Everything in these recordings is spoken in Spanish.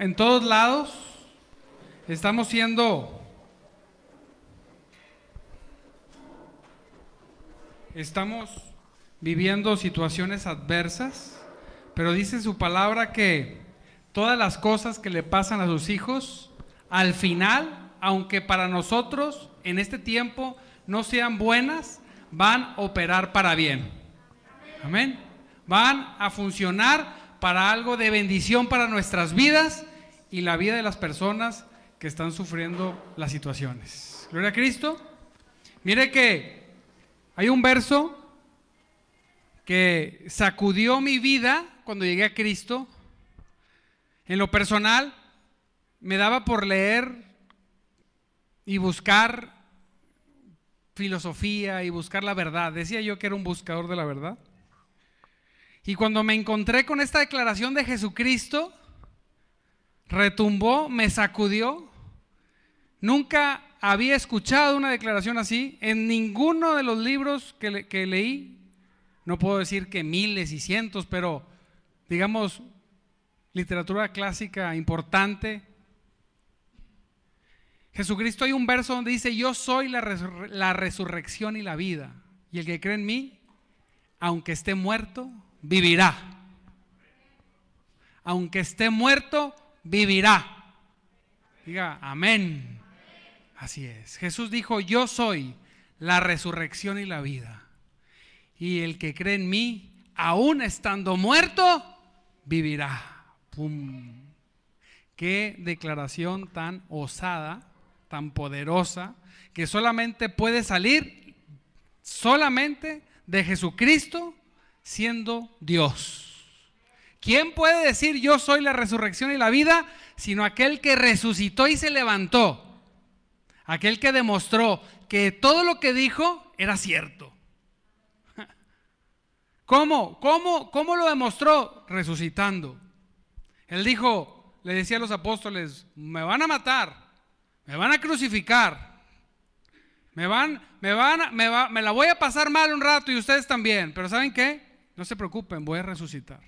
en todos lados estamos viviendo situaciones adversas, pero dice su palabra que todas las cosas que le pasan a sus hijos, al final, aunque para nosotros en este tiempo no sean buenas, van a operar para bien. Amén. Van a funcionar para algo de bendición para nuestras vidas y la vida de las personas que están sufriendo las situaciones. Gloria a Cristo. Mire que hay un verso que sacudió mi vida cuando llegué a Cristo. En lo personal, me daba por leer y buscar filosofía y buscar la verdad. Decía yo que era un buscador de la verdad. Y cuando me encontré con esta declaración de Jesucristo, retumbó, me sacudió. Nunca había escuchado una declaración así en ninguno de los libros que leí. No puedo decir que miles y cientos, pero digamos literatura clásica importante. Jesucristo, hay un verso donde dice: yo soy la resurrección y la vida, y el que cree en mí, aunque esté muerto, vivirá. Aunque esté muerto, vivirá. Diga amén. Así es. Jesús dijo: yo soy la resurrección y la vida, y el que cree en mí, aún estando muerto, vivirá. ¡Pum! Qué declaración tan osada, tan poderosa, que solamente puede salir solamente de Jesucristo siendo Dios. ¿Quién puede decir yo soy la resurrección y la vida? Sino aquel que resucitó y se levantó. Aquel que demostró que todo lo que dijo era cierto. ¿Cómo lo demostró? Resucitando. Él dijo, le decía a los apóstoles: me van a matar, me van a crucificar, me la voy a pasar mal un rato y ustedes también, pero ¿saben qué? No se preocupen, voy a resucitar.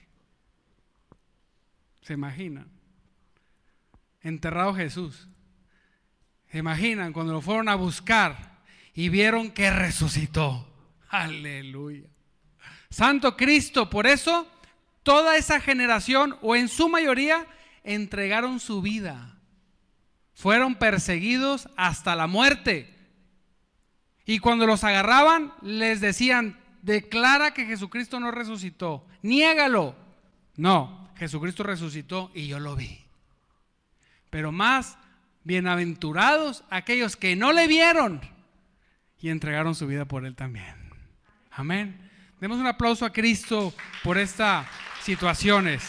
¿Se imaginan? Enterrado Jesús. ¿Se imaginan cuando lo fueron a buscar y vieron que resucitó? Aleluya. Santo Cristo. Por eso toda esa generación, o en su mayoría, entregaron su vida. Fueron perseguidos hasta la muerte. Y cuando los agarraban, les decían: declara que Jesucristo no resucitó, niégalo. No, Jesucristo resucitó y yo lo vi. Pero más bienaventurados aquellos que no le vieron y entregaron su vida por él también. Amén. Demos un aplauso a Cristo por estas situaciones.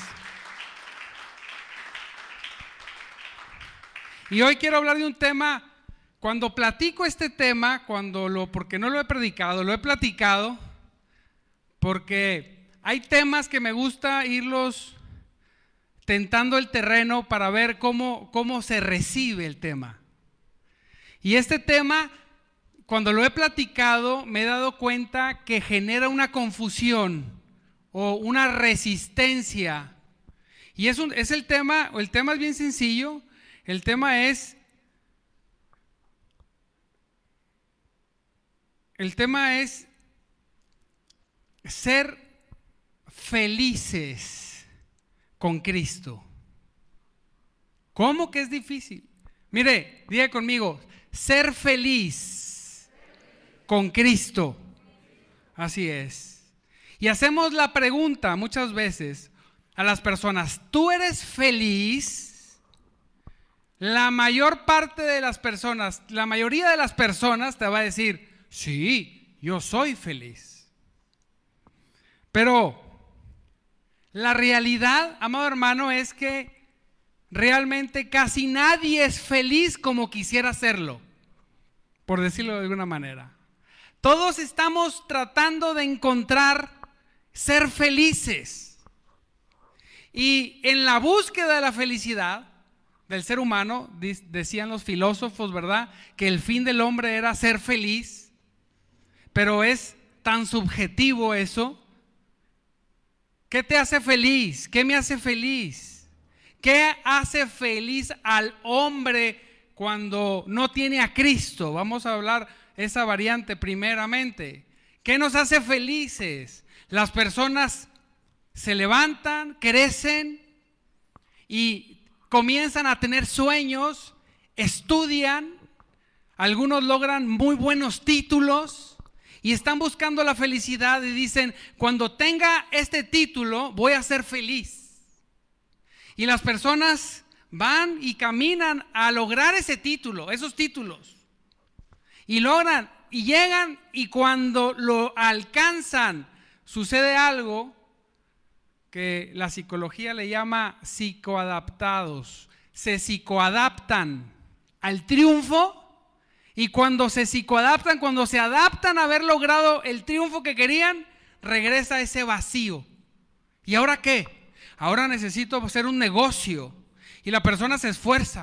Y hoy quiero hablar de un tema. Cuando platico este tema, porque no lo he predicado, lo he platicado, porque hay temas que me gusta irlos tentando el terreno para ver cómo se recibe el tema. Y este tema, cuando lo he platicado, me he dado cuenta que genera una confusión o una resistencia. Y es el tema es bien sencillo. El tema es ser felices con Cristo. ¿Cómo que es difícil? Mire, diga conmigo: ser feliz con Cristo. Así es. Y hacemos la pregunta muchas veces a las personas: ¿tú eres feliz? La mayor parte de las personas, la mayoría de las personas te va a decir: sí, yo soy feliz. Pero la realidad, amado hermano, es que realmente casi nadie es feliz como quisiera serlo, por decirlo de alguna manera. Todos estamos tratando de encontrar ser felices. Y en la búsqueda de la felicidad del ser humano, decían los filósofos, ¿verdad?, que el fin del hombre era ser feliz. Pero es tan subjetivo eso. ¿Qué te hace feliz? ¿Qué me hace feliz? ¿Qué hace feliz al hombre cuando no tiene a Cristo? Vamos a hablar esa variante primeramente. ¿Qué nos hace felices? Las personas se levantan, crecen y comienzan a tener sueños, estudian, algunos logran muy buenos títulos y están buscando la felicidad y dicen, cuando tenga este título voy a ser feliz. Y las personas van y caminan a lograr ese título, esos títulos. Y logran y llegan, y cuando lo alcanzan sucede algo que la psicología le llama psicoadaptados. Se psicoadaptan al triunfo, y cuando se psicoadaptan, cuando se adaptan a haber logrado el triunfo que querían, regresa ese vacío. ¿Y ahora qué? Ahora necesito hacer un negocio. Y la persona se esfuerza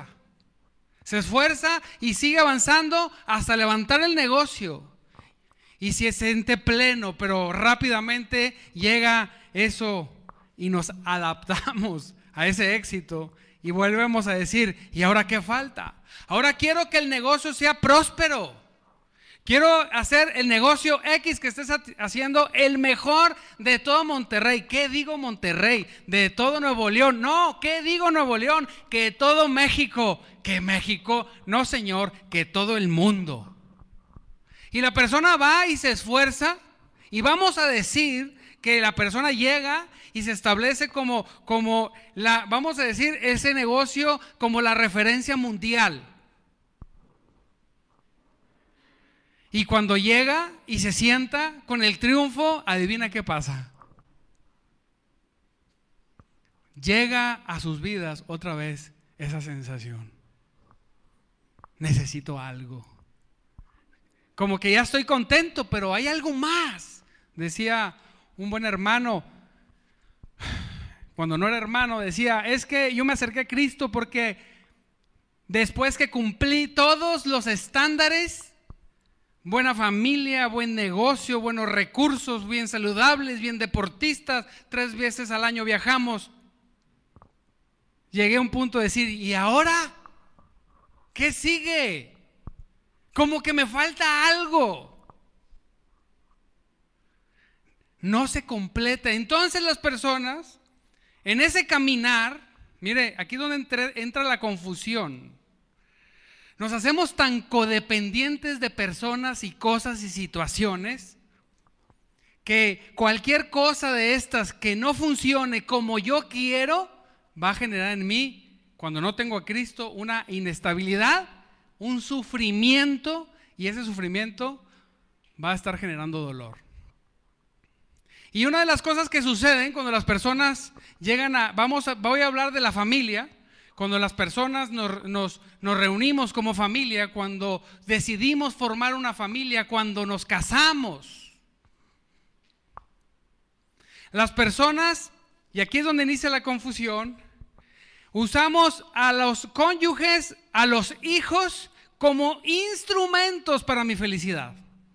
y sigue avanzando hasta levantar el negocio. Y se siente pleno, pero rápidamente llega eso y nos adaptamos a ese éxito y volvemos a decir, ¿y ahora qué falta? Ahora quiero que el negocio sea próspero. Quiero hacer el negocio X que estés haciendo el mejor de todo Monterrey. ¿Qué digo Monterrey? De todo Nuevo León. No, ¿qué digo Nuevo León? Que todo México. Que México, no señor, que todo el mundo. Y la persona va y se esfuerza, y vamos a decir que la persona llega y se establece vamos a decir, ese negocio como la referencia mundial. Y cuando llega y se sienta con el triunfo, adivina qué pasa. Llega a sus vidas otra vez esa sensación. Necesito algo. Como que ya estoy contento, pero hay algo más. Decía un buen hermano, cuando no era hermano, decía, es que yo me acerqué a Cristo porque después que cumplí todos los estándares, buena familia, buen negocio, buenos recursos, bien saludables, bien deportistas, 3 veces al año viajamos. Llegué a un punto de decir, ¿y ahora? ¿Qué sigue? Como que me falta algo. No se completa. Entonces las personas, en ese caminar, mire, aquí es donde entra la confusión. Nos hacemos tan codependientes de personas y cosas y situaciones que cualquier cosa de estas que no funcione como yo quiero va a generar en mí, cuando no tengo a Cristo, una inestabilidad, un sufrimiento, y ese sufrimiento va a estar generando dolor. Y una de las cosas que suceden cuando las personas llegan voy a hablar de la familia. Cuando las personas nos reunimos como familia, cuando decidimos formar una familia, cuando nos casamos. Las personas, y aquí es donde inicia la confusión, usamos a los cónyuges, a los hijos, como instrumentos para mi felicidad.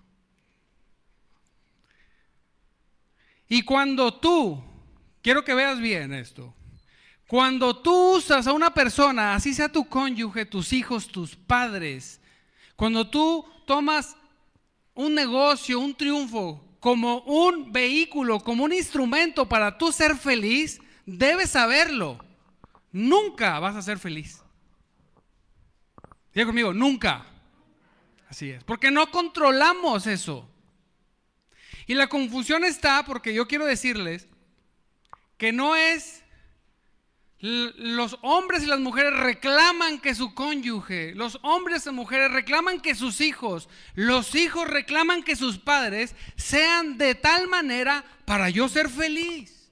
Y cuando quiero que veas bien esto. Cuando tú usas a una persona, así sea tu cónyuge, tus hijos, tus padres, cuando tú tomas un negocio, un triunfo, como un vehículo, como un instrumento para tú ser feliz, debes saberlo. Nunca vas a ser feliz. Diga conmigo, nunca. Así es, porque no controlamos eso. Y la confusión está porque yo quiero decirles que no es... Los hombres y las mujeres reclaman que su cónyuge, los hombres y mujeres reclaman que sus hijos, los hijos reclaman que sus padres sean de tal manera para yo ser feliz.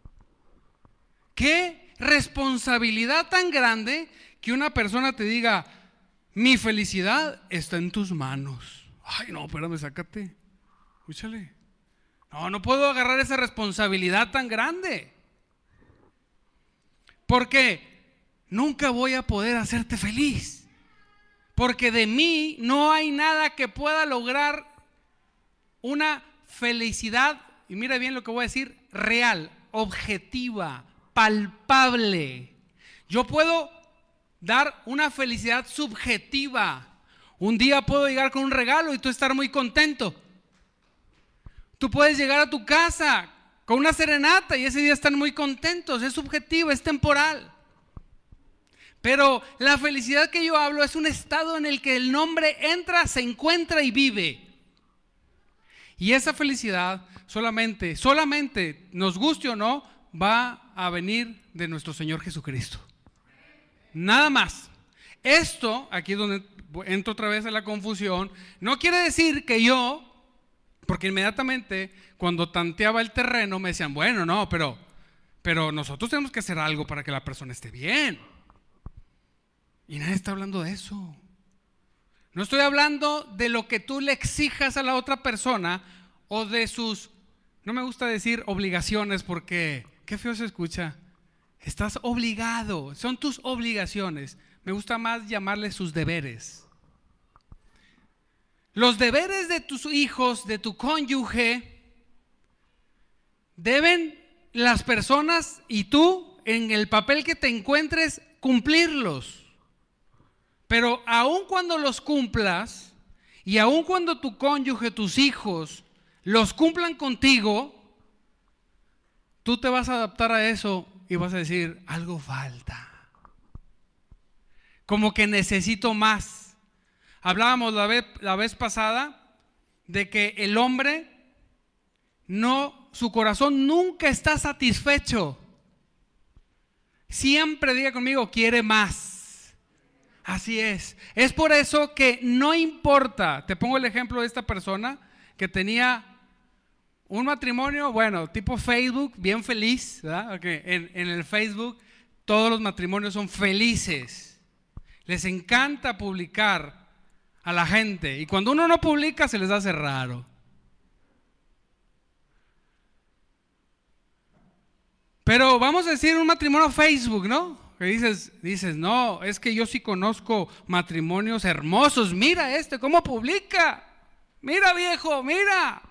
Qué responsabilidad tan grande que una persona te diga, mi felicidad está en tus manos. Ay, no, espérame, sácate. Escúchale. No puedo agarrar esa responsabilidad tan grande. Porque nunca voy a poder hacerte feliz. Porque de mí no hay nada que pueda lograr una felicidad, y mira bien lo que voy a decir, real, objetiva, palpable. Yo puedo dar una felicidad subjetiva. Un día puedo llegar con un regalo y tú estar muy contento. Tú puedes llegar a tu casa con una serenata y ese día están muy contentos. Es subjetivo, es temporal. Pero la felicidad que yo hablo es un estado en el que el hombre entra, se encuentra y vive. Y esa felicidad solamente, nos guste o no, va a venir de nuestro Señor Jesucristo. Nada más. Esto, aquí es donde entro otra vez en la confusión, no quiere decir que yo, porque inmediatamente cuando tanteaba el terreno me decían, bueno, no, pero nosotros tenemos que hacer algo para que la persona esté bien. Y nadie está hablando de eso. No estoy hablando de lo que tú le exijas a la otra persona o de sus, no me gusta decir obligaciones porque qué feo se escucha. Estás obligado, son tus obligaciones. Me gusta más llamarles sus deberes. Los deberes de tus hijos, de tu cónyuge, deben las personas y tú en el papel que te encuentres cumplirlos. Pero aun cuando los cumplas y aun cuando tu cónyuge, tus hijos los cumplan contigo, tú te vas a adaptar a eso y vas a decir, algo falta. Como que necesito más. Hablábamos la vez pasada de que el hombre su corazón nunca está satisfecho. Siempre, diga conmigo, quiere más. Así es. Es por eso que no importa. Te pongo el ejemplo de esta persona que tenía un matrimonio, bueno, tipo Facebook, bien feliz, ¿verdad? Okay. En el Facebook todos los matrimonios son felices. Les encanta publicar a la gente. Y cuando uno no publica se les hace raro. Pero vamos a decir un matrimonio Facebook, ¿no? Que dices, no, es que yo sí conozco matrimonios hermosos. Mira cómo publica. Mira, viejo, mira.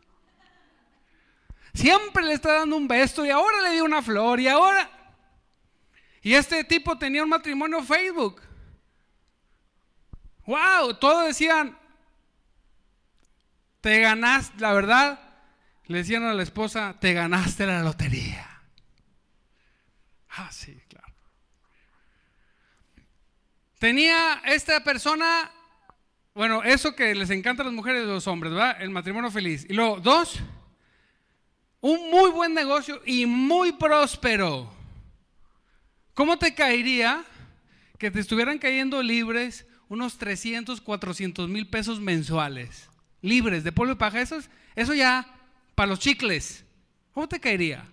Siempre le está dando un beso y ahora le dio una flor y ahora. Y este tipo tenía un matrimonio Facebook. Wow, todos decían, te ganaste, la verdad, le decían a la esposa, te ganaste la lotería. Ah, sí, claro. Tenía esta persona, bueno, eso que les encanta a las mujeres y a los hombres, ¿verdad? El matrimonio feliz. Y luego, 2, un muy buen negocio y muy próspero. ¿Cómo te caería que te estuvieran cayendo libres unos 300, 400 mil pesos mensuales? Libres de polvo y paja, eso ya para los chicles. ¿Cómo te caería?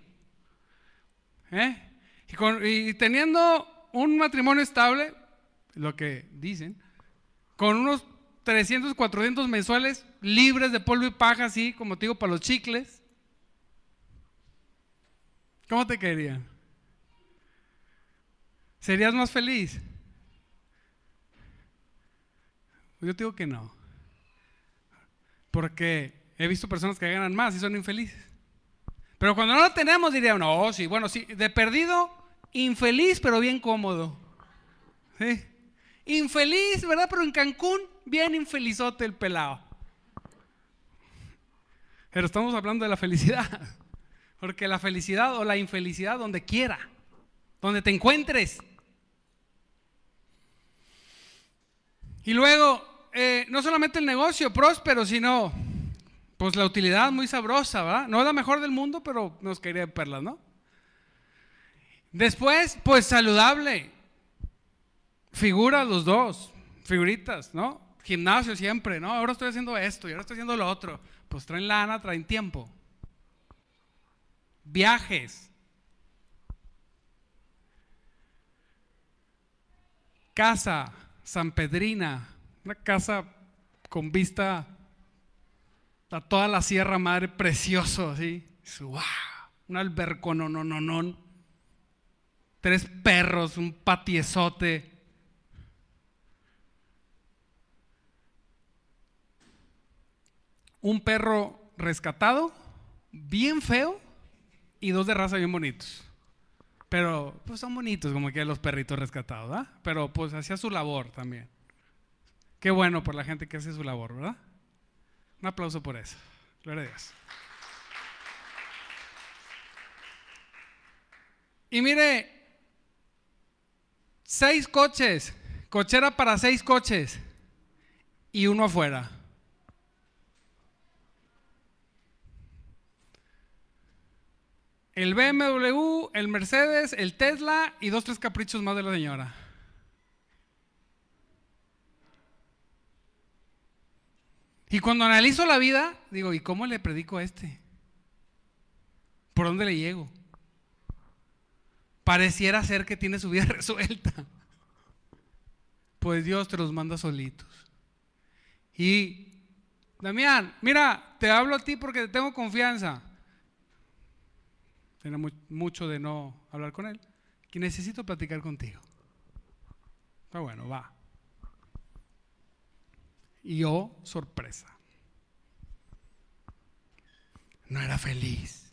Y teniendo un matrimonio estable, lo que dicen, con unos 300, 400 mensuales libres de polvo y paja, así como te digo, para los chicles, ¿cómo te caería? ¿Serías más feliz? Yo te digo que no, porque he visto personas que ganan más y son infelices. Pero cuando no lo tenemos dirían, no, sí, bueno, sí, de perdido, infeliz pero bien cómodo. ¿Sí? Infeliz, ¿verdad? Pero en Cancún, bien infelizote el pelado. Pero estamos hablando de la felicidad. Porque la felicidad o la infelicidad donde quiera, donde te encuentres. Y luego, no solamente el negocio próspero, sino pues la utilidad muy sabrosa, ¿verdad? No es la mejor del mundo, pero nos caería de perlas, ¿no? Después, pues saludable. Figuras los dos, figuritas, ¿no? Gimnasio siempre, ¿no? Ahora estoy haciendo esto y ahora estoy haciendo lo otro. Pues traen lana, traen tiempo. Viajes. Casa sanpedrina, una casa con vista a toda la Sierra Madre, precioso, así. ¡Wow! Un alberconononón. 3 perros, un patiezote. Un perro rescatado, bien feo, y 2 de raza bien bonitos. Pero pues son bonitos como que los perritos rescatados, ¿verdad? Pero pues hacía su labor también. Qué bueno por la gente que hace su labor, ¿verdad? Un aplauso por eso. Gloria a Dios. Y mire, 6 coches, cochera para 6 coches y uno afuera. El BMW, el Mercedes, el Tesla y 2, 3 caprichos más de la señora. Y cuando analizo la vida, digo, ¿y cómo le predico a este? ¿Por dónde le llego? Pareciera ser que tiene su vida resuelta. Pues Dios te los manda solitos. Y Damián, mira, te hablo a ti porque te tengo confianza. Tiene mucho de no hablar con él. Que necesito platicar contigo. Pero bueno, va. Y yo, sorpresa. No era feliz.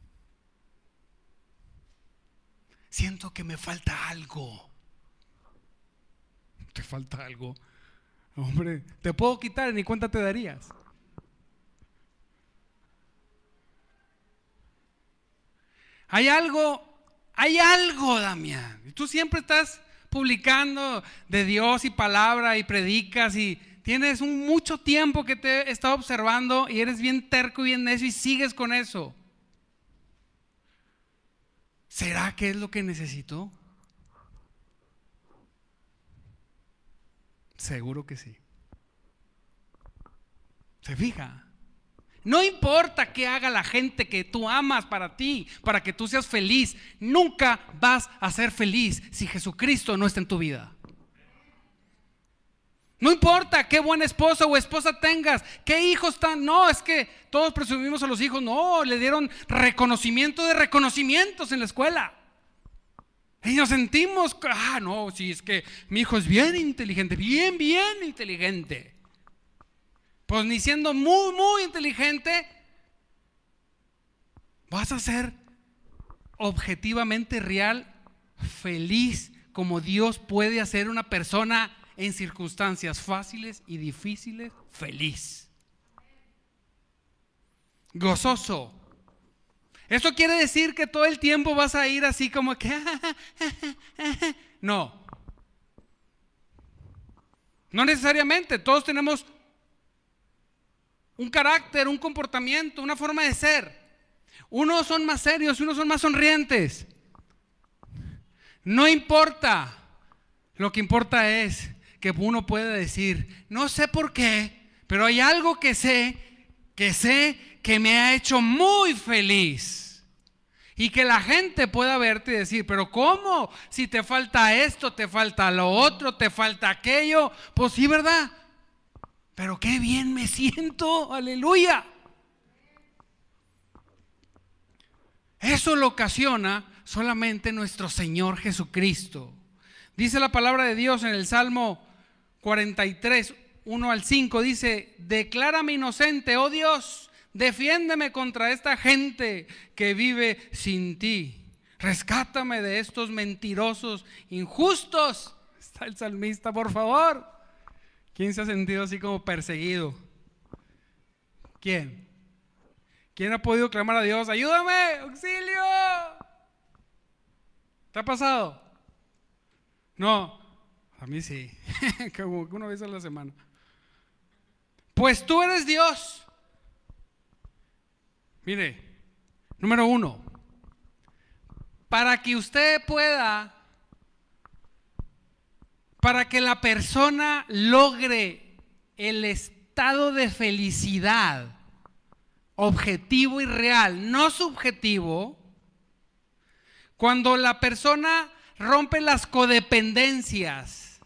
Siento que me falta algo. ¿Te falta algo? Hombre, te puedo quitar y ni cuenta te darías. Hay algo, Damián. Tú siempre estás publicando de Dios y palabra y predicas y tienes mucho tiempo que te he estado observando y eres bien terco y bien necio y sigues con eso. ¿Será que es lo que necesito? Seguro que sí. ¿Se fija? No importa qué haga la gente que tú amas para ti, para que tú seas feliz. Nunca vas a ser feliz si Jesucristo no está en tu vida. No importa qué buen esposo o esposa tengas, qué hijos tan. No, es que todos presumimos a los hijos. No, le dieron reconocimiento de reconocimientos en la escuela. Y nos sentimos, no, sí, es que mi hijo es bien inteligente, bien inteligente. Pues ni siendo muy inteligente, vas a ser objetivamente real, feliz, como Dios puede hacer una persona en circunstancias fáciles y difíciles, feliz, gozoso. ¿Eso quiere decir que todo el tiempo vas a ir así como que no necesariamente? Todos tenemos un carácter, un comportamiento, una forma de ser. Unos son más serios y unos son más sonrientes. No importa. Lo que importa es que uno puede decir, no sé por qué, pero hay algo que sé que me ha hecho muy feliz. Y que la gente pueda verte y decir, pero ¿cómo? Si te falta esto, te falta lo otro, te falta aquello. Pues sí, ¿verdad? Pero qué bien me siento, aleluya. Eso lo ocasiona solamente nuestro Señor Jesucristo. Dice la palabra de Dios en el Salmo 43, 1 al 5, dice, declárame inocente, oh Dios, defiéndeme contra esta gente que vive sin ti. Rescátame de estos mentirosos, injustos. Está el salmista, por favor. ¿Quién se ha sentido así como perseguido? ¿Quién? ¿Quién ha podido clamar a Dios? ¡Ayúdame! ¡Auxilio! ¿Te ha pasado? No, a mí sí. Como una vez a la semana. Pues tú eres Dios. Mire, número 1. Para que usted pueda, para que la persona logre el estado de felicidad objetivo y real, no subjetivo, cuando la persona rompe las codependencias.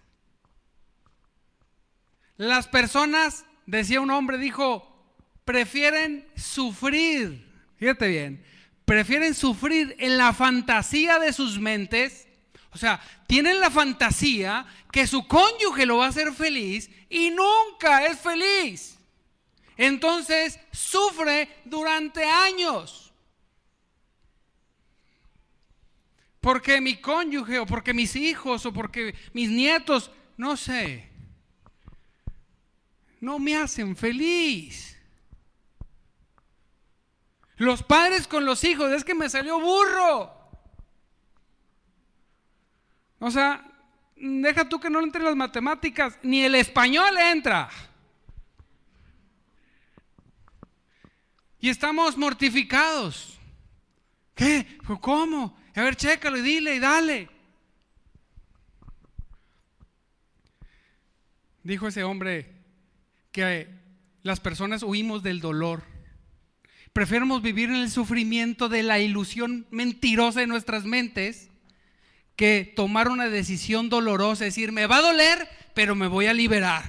Las personas, decía un hombre, dijo, prefieren sufrir, fíjate bien, prefieren sufrir en la fantasía de sus mentes. O sea, tienen la fantasía que su cónyuge lo va a hacer feliz y nunca es feliz. Entonces sufre durante años. porque mi cónyuge o porque mis hijos o porque mis nietos, no sé, no me hacen feliz. Los padres con los hijos, es que me salió burro. O sea, deja tú que no entre las matemáticas, ni el español entra. Y estamos mortificados. ¿Qué? ¿Cómo? A ver, chécalo y dile y dale. Dijo ese hombre que las personas huimos del dolor. Preferimos vivir en el sufrimiento de la ilusión mentirosa de nuestras mentes que tomar una decisión dolorosa, es decir, me va a doler, pero me voy a liberar.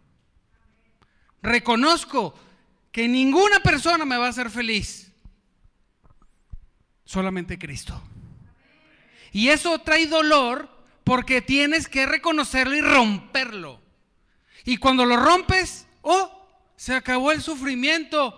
Reconozco que ninguna persona me va a hacer feliz, solamente Cristo. Y eso trae dolor porque tienes que reconocerlo y romperlo. Y cuando lo rompes, se acabó el sufrimiento.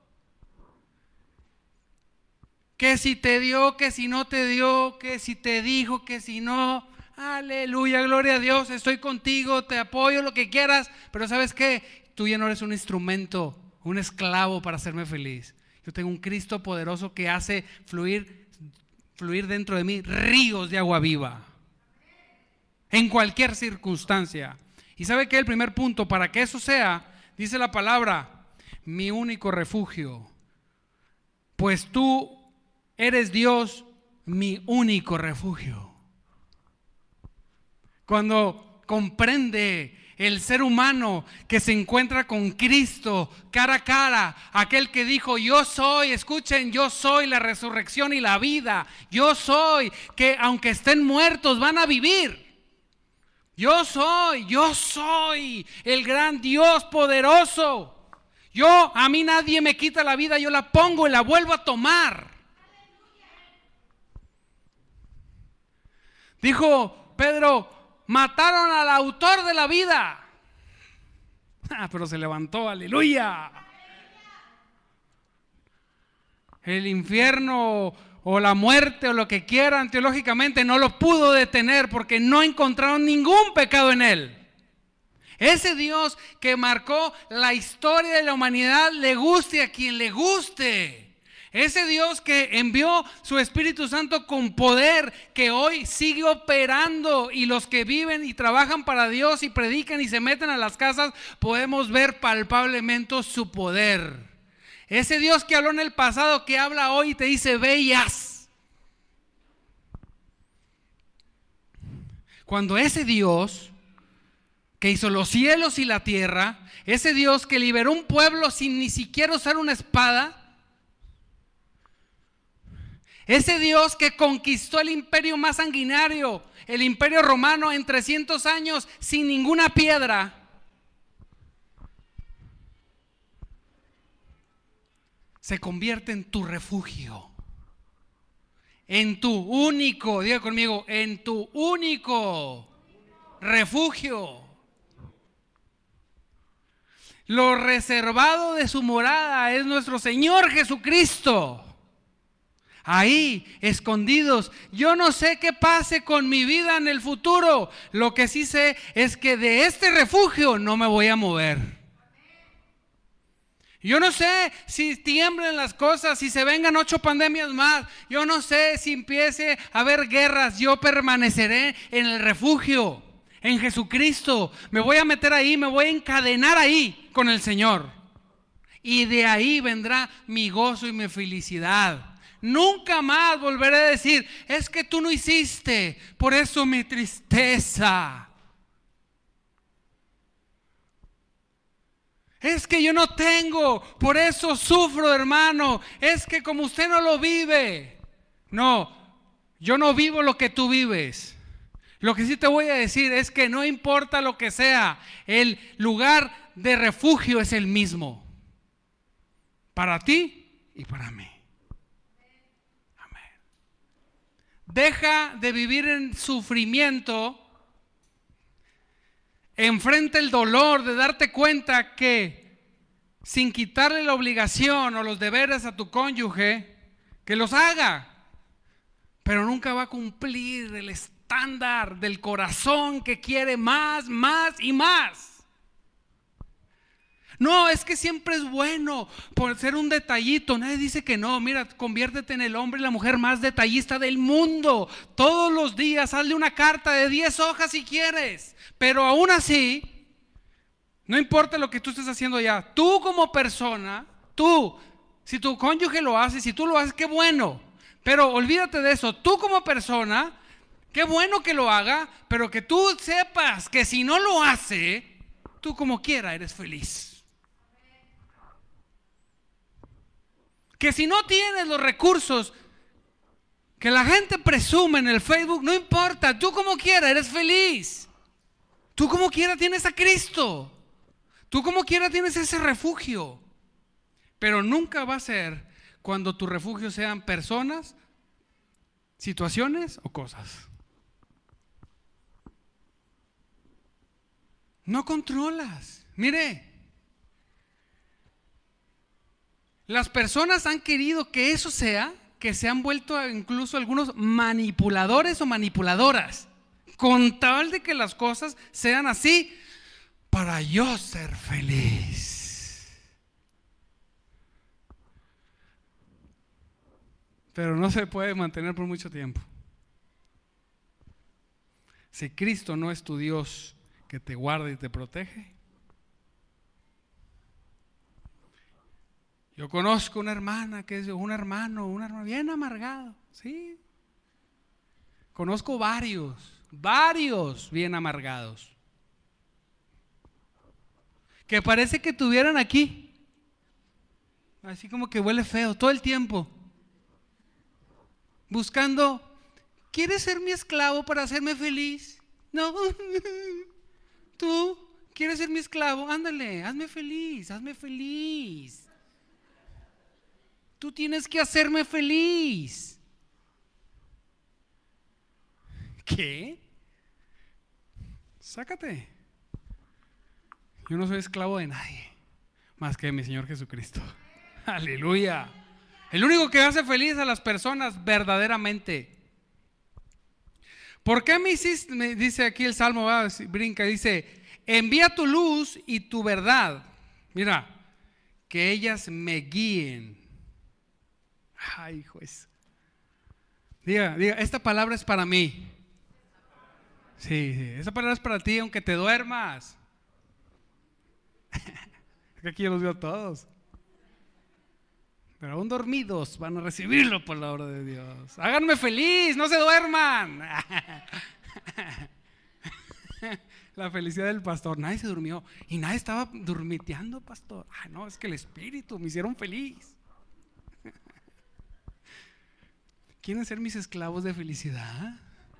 Que si te dio, que si no te dio, que si te dijo, que si no. Aleluya, gloria a Dios, estoy contigo, te apoyo, lo que quieras. Pero ¿sabes qué? Tú ya no eres un instrumento, un esclavo para hacerme feliz. Yo tengo un Cristo poderoso que hace fluir dentro de mí ríos de agua viva. En cualquier circunstancia. ¿Y sabe qué? El primer punto, para que eso sea, dice la palabra, mi único refugio. Pues tú eres Dios, mi único refugio. Cuando comprende el ser humano que se encuentra con Cristo cara a cara, aquel que dijo, yo soy, escuchen, yo soy la resurrección y la vida. Yo soy, que aunque estén muertos van a vivir. Yo soy el gran Dios poderoso. A mí nadie me quita la vida, yo la pongo y la vuelvo a tomar. Dijo Pedro, mataron al autor de la vida. Pero se levantó, aleluya. El infierno o la muerte o lo que quieran teológicamente no lo pudo detener porque no encontraron ningún pecado en él. Ese Dios que marcó la historia de la humanidad, le guste a quien le guste. Ese Dios que envió su Espíritu Santo con poder, que hoy sigue operando, y los que viven y trabajan para Dios y predican y se meten a las casas, podemos ver palpablemente su poder. Ese Dios que habló en el pasado, que habla hoy y te dice, ve y haz. Cuando ese Dios que hizo los cielos y la tierra, ese Dios que liberó un pueblo sin ni siquiera usar una espada, ese Dios que conquistó el imperio más sanguinario, el imperio romano, en 300 años sin ninguna piedra, se convierte en tu refugio, en tu único, diga conmigo, en tu único refugio. Lo reservado de su morada es nuestro Señor Jesucristo. Ahí, escondidos. Yo no sé qué pase con mi vida en el futuro. Lo que sí sé es que de este refugio no me voy a mover. Yo no sé si tiemblen las cosas, si se vengan 8 pandemias más. Yo no sé si empiece a haber guerras. Yo permaneceré en el refugio, en Jesucristo. Me voy a meter ahí, me voy a encadenar ahí con el Señor. Y de ahí vendrá mi gozo y mi felicidad. Nunca más volveré a decir, es que tú no hiciste, por eso mi tristeza. Es que yo no tengo, por eso sufro, hermano. Es que como usted no lo vive. No, yo no vivo lo que tú vives. Lo que sí te voy a decir es que no importa lo que sea, el lugar de refugio es el mismo. Para ti y para mí. Deja de vivir en sufrimiento, enfrenta el dolor de darte cuenta que sin quitarle la obligación o los deberes a tu cónyuge, que los haga, pero nunca va a cumplir el estándar del corazón que quiere más, más y más. No, es que siempre es bueno por ser un detallito. Nadie dice que no. Mira, conviértete en el hombre y la mujer más detallista del mundo. Todos los días hazle una carta de 10 hojas si quieres. Pero aún así, no importa lo que tú estés haciendo ya, tú como persona, si tu cónyuge lo hace, si tú lo haces, qué bueno. Pero olvídate de eso. Tú como persona, qué bueno que lo haga, pero que tú sepas que si no lo hace, tú como quiera eres feliz. Que si no tienes los recursos que la gente presume en el Facebook, no importa, tú como quiera eres feliz. Tú como quiera tienes a Cristo. Tú como quiera tienes ese refugio. Pero nunca va a ser cuando tu refugio sean personas, situaciones o cosas. No controlas. Mire, las personas han querido que eso sea, que se han vuelto incluso algunos manipuladores o manipuladoras, con tal de que las cosas sean así, para yo ser feliz. Pero no se puede mantener por mucho tiempo. Si Cristo no es tu Dios que te guarda y te protege. Yo conozco una hermana que es un hermano bien amargado, ¿sí? Conozco varios bien amargados, que parece que tuvieran aquí, así como que huele feo todo el tiempo, buscando, ¿quieres ser mi esclavo para hacerme feliz? No, tú quieres ser mi esclavo, ándale, hazme feliz, hazme feliz. Tú tienes que hacerme feliz. ¿Qué? Sácate. Yo no soy esclavo de nadie más que de mi Señor Jesucristo. Aleluya. El único que hace feliz a las personas verdaderamente. ¿Por qué me hiciste? Me dice aquí el Salmo, brinca, dice: envía tu luz y tu verdad. Mira, que ellas me guíen. Ay, juez. Diga, esta palabra es para mí. Sí, esta palabra es para ti, aunque te duermas. Aquí yo los veo a todos. Pero aún dormidos van a recibir la palabra de Dios. Háganme feliz, no se duerman. La felicidad del pastor. Nadie se durmió y nadie estaba dormiteando, pastor. No, es que el Espíritu me hicieron feliz. ¿Quieren ser mis esclavos de felicidad?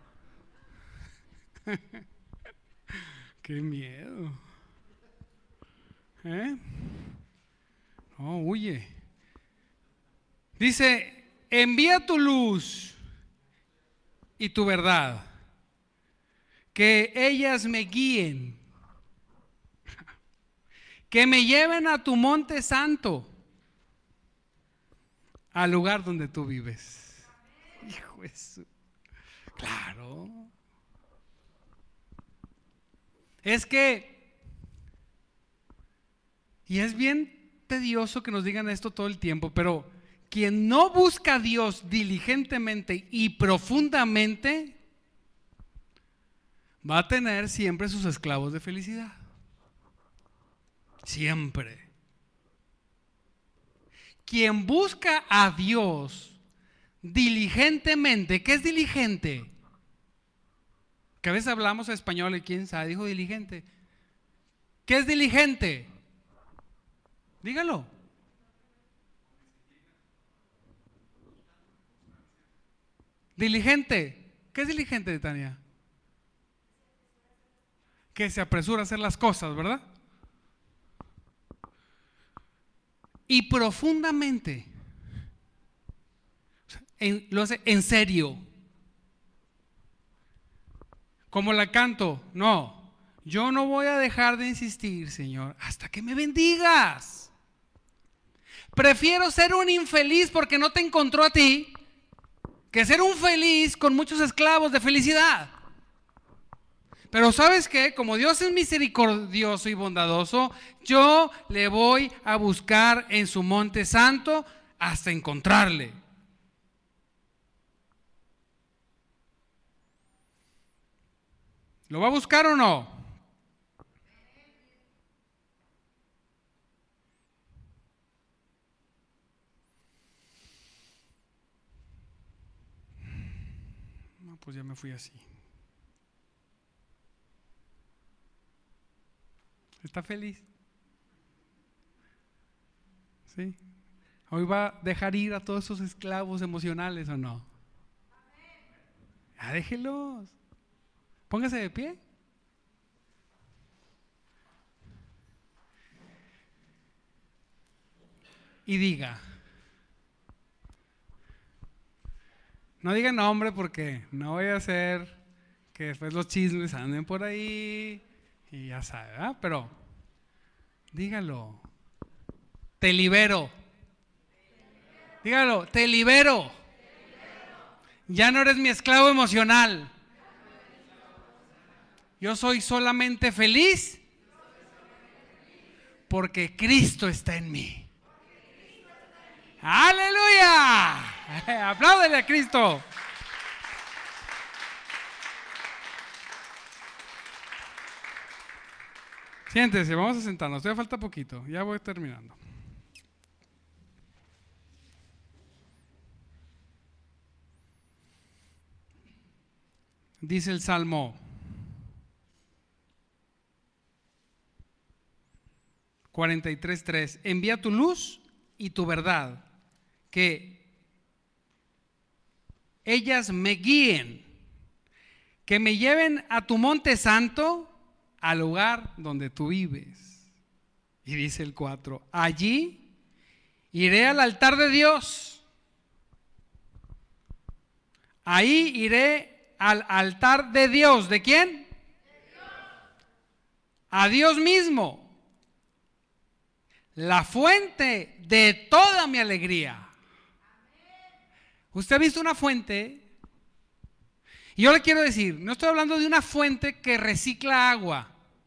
¡Qué miedo! No, huye. Dice: envía tu luz y tu verdad, que ellas me guíen, que me lleven a tu monte santo, al lugar donde tú vives. Hijo de su... Claro. Es que, y es bien tedioso que nos digan esto todo el tiempo, pero quien no busca a Dios diligentemente y profundamente va a tener siempre sus esclavos de felicidad. Siempre. Quien busca a Dios diligentemente, ¿qué es diligente? Que a veces hablamos español y quién sabe, dijo diligente. ¿Qué es diligente? Dígalo. Diligente. ¿Qué es diligente, Tania? Que se apresura a hacer las cosas, ¿verdad? Y profundamente. Lo hace en serio. Como la canto, no, yo no voy a dejar de insistir, Señor, hasta que me bendigas. Prefiero ser un infeliz porque no te encontró a ti, que ser un feliz con muchos esclavos de felicidad. Pero ¿sabes qué? Como Dios es misericordioso y bondadoso, yo le voy a buscar en su monte santo hasta encontrarle. ¿Lo va a buscar o no? No, pues ya me fui así. ¿Está feliz? ¿Sí? ¿Hoy va a dejar ir a todos esos esclavos emocionales o no? Ya déjelos. Póngase de pie. Y diga. No diga nombre porque no voy a hacer que después los chismes anden por ahí y ya sabe, ¿verdad? Pero dígalo. Te libero. Dígalo, te libero. Ya no eres mi esclavo emocional. Yo soy solamente feliz porque Cristo está en mí. ¡Aleluya! Apláudele a Cristo. Siéntese, vamos a sentarnos. Todavía falta poquito, ya voy terminando. Dice el Salmo 43:3: envía tu luz y tu verdad, que ellas me guíen, que me lleven a tu monte santo, al lugar donde tú vives. Y dice el 4: allí iré al altar de Dios. Ahí iré al altar de Dios. ¿De quién? De Dios. A Dios mismo, la fuente de toda mi alegría. ¿Usted ha visto una fuente? Y yo le quiero decir, no estoy hablando de una fuente que recicla agua.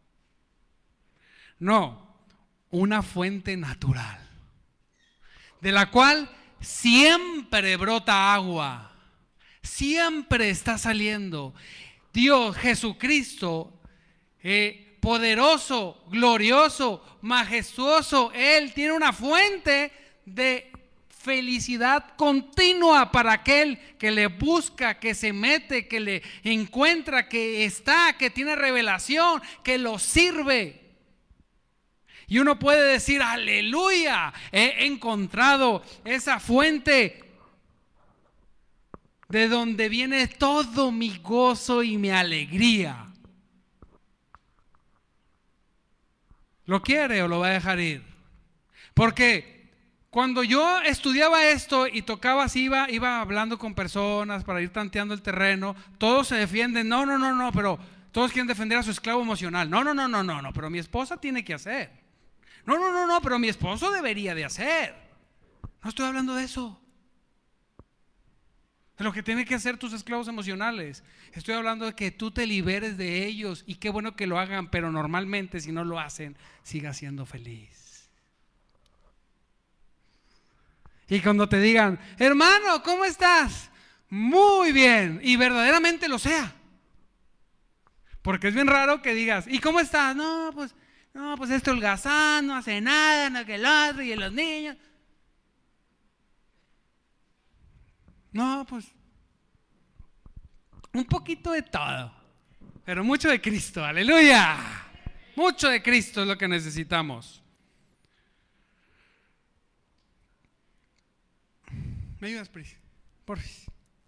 No, una fuente natural, de la cual siempre brota agua, siempre está saliendo. Dios, Jesucristo, poderoso, glorioso, majestuoso, Él tiene una fuente de felicidad continua para aquel que le busca, que se mete, que le encuentra, que está, que tiene revelación, que lo sirve. Y uno puede decir: aleluya, he encontrado esa fuente de donde viene todo mi gozo y mi alegría. ¿Lo quiere o lo va a dejar ir? Porque cuando yo estudiaba esto y tocaba así, iba hablando con personas para ir tanteando el terreno, todos se defienden: no, pero todos quieren defender a su esclavo emocional. No, pero mi esposa tiene que hacer. No, pero mi esposo debería de hacer. No estoy hablando de eso, de lo que tienen que hacer tus esclavos emocionales. Estoy hablando de que tú te liberes de ellos, y qué bueno que lo hagan, pero normalmente si no lo hacen, siga siendo feliz. Y cuando te digan: hermano, ¿cómo estás? Muy bien, y verdaderamente lo sea. Porque es bien raro que digas: ¿y cómo estás? No, pues este holgazán, no hace nada, no que el otro, y los niños. No, pues un poquito de todo, pero mucho de Cristo. Aleluya. Mucho de Cristo es lo que necesitamos. ¿Me ayudas, Pris? Por favor.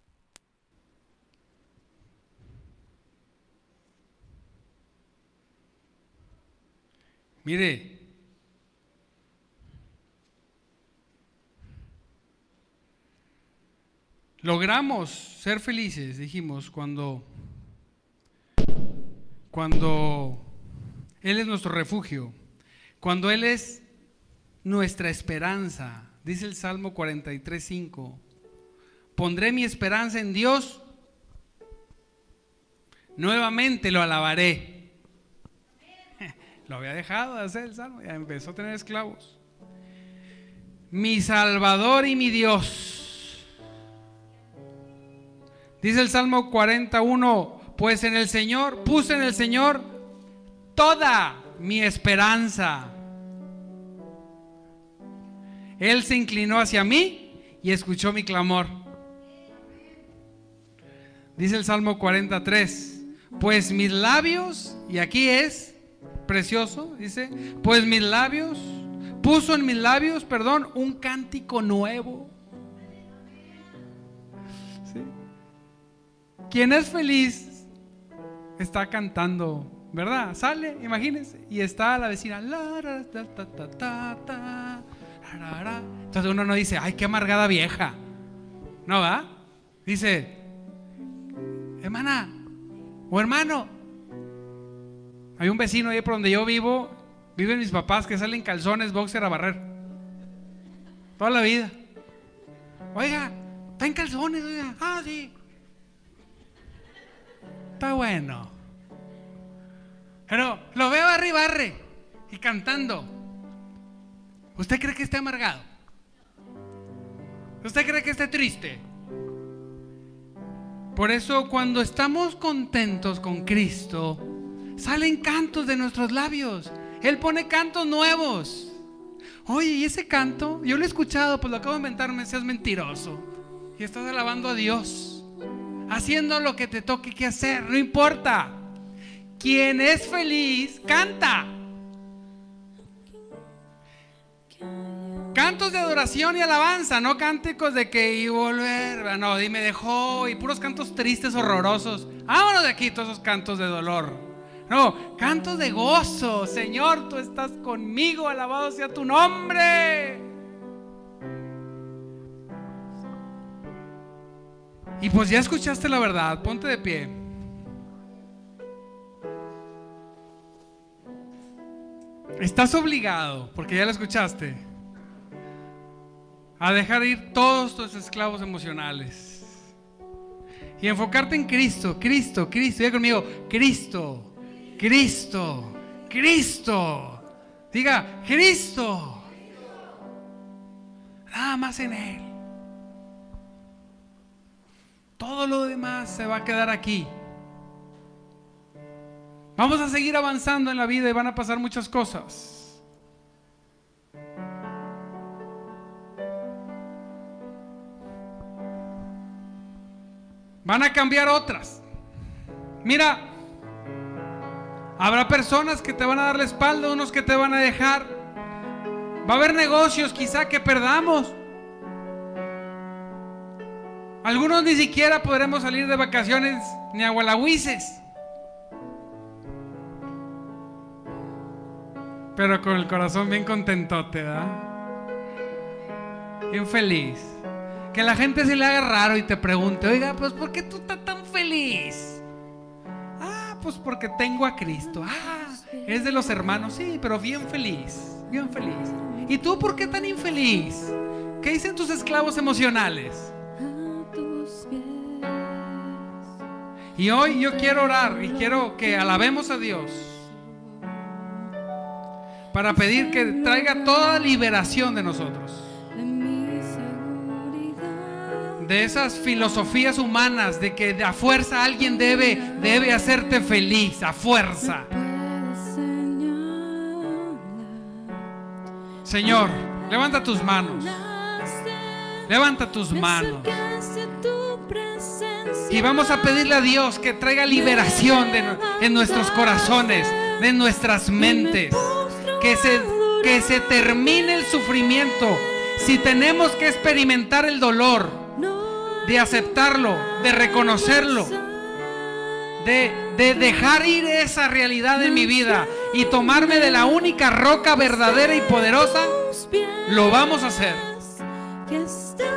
Mire, logramos ser felices, dijimos, cuando Él es nuestro refugio, cuando Él es nuestra esperanza. Dice el Salmo 43:5: Pondré mi esperanza en Dios. Nuevamente lo alabaré. Lo había dejado de hacer el salmo, ya empezó a tener esclavos. Mi Salvador y mi Dios. Dice el Salmo 41, pues en el Señor, puse en el Señor toda mi esperanza. Él se inclinó hacia mí y escuchó mi clamor. Dice el Salmo 43, pues mis labios, y aquí es precioso, dice, pues mis labios, puso en mis labios, perdón, un cántico nuevo. ¿Sí? Quien es feliz está cantando, ¿verdad? Sale, imagínense, y está la vecina. Entonces uno no dice, ay, qué amargada vieja. No, ¿va? Dice, hermana o hermano. Hay un vecino ahí por donde yo vivo, viven mis papás, que salen calzones, boxer a barrer toda la vida. Oiga, está en calzones, oiga. Ah, sí. Está bueno. Pero lo veo arriba, barre y cantando. ¿Usted cree que esté amargado? ¿Usted cree que esté triste? Por eso cuando estamos contentos con Cristo, salen cantos de nuestros labios. Él pone cantos nuevos. Oye, ¿y ese canto? Yo lo he escuchado, pues lo acabo de inventarme, seas mentiroso. Y estás alabando a Dios, haciendo lo que te toque que hacer, no importa. Quien es feliz, canta. Cantos de adoración y alabanza, no cánticos de que y volver, no, y me dejó, y puros cantos tristes, horrorosos. Vámonos de aquí, todos esos cantos de dolor. No, cantos de gozo. Señor, tú estás conmigo, alabado sea tu nombre. Y pues ya escuchaste la verdad, ponte de pie. Estás obligado, porque ya lo escuchaste, a dejar ir todos tus esclavos emocionales y enfocarte en Cristo. Cristo, Cristo, diga conmigo, Cristo, Cristo, Cristo. Diga, Cristo. Nada más en Él. Todo lo demás se va a quedar aquí. Vamos a seguir avanzando en la vida y van a pasar muchas cosas. Van a cambiar otras. Mira, habrá personas que te van a dar la espalda, unos que te van a dejar. Va a haber negocios quizá que perdamos. Algunos ni siquiera podremos salir de vacaciones ni a Gualahuises, pero con el corazón bien contentote, ¿verdad? Bien feliz. Que la gente se le haga raro y te pregunte, oiga, pues ¿por qué tú estás tan feliz? Ah, pues porque tengo a Cristo. Ah, es de los hermanos, sí, pero bien feliz, bien feliz. ¿Y tú por qué tan infeliz? ¿Qué dicen tus esclavos emocionales? Y hoy yo quiero orar y quiero que alabemos a Dios para pedir que traiga toda liberación de nosotros, de esas filosofías humanas de que a fuerza alguien debe hacerte feliz, a fuerza. Señor, levanta tus manos. Levanta tus manos. Y vamos a pedirle a Dios que traiga liberación en nuestros corazones, de nuestras mentes. Que se termine el sufrimiento. Si tenemos que experimentar el dolor, de aceptarlo, de reconocerlo, de dejar ir esa realidad en mi vida y tomarme de la única roca verdadera y poderosa, lo vamos a hacer.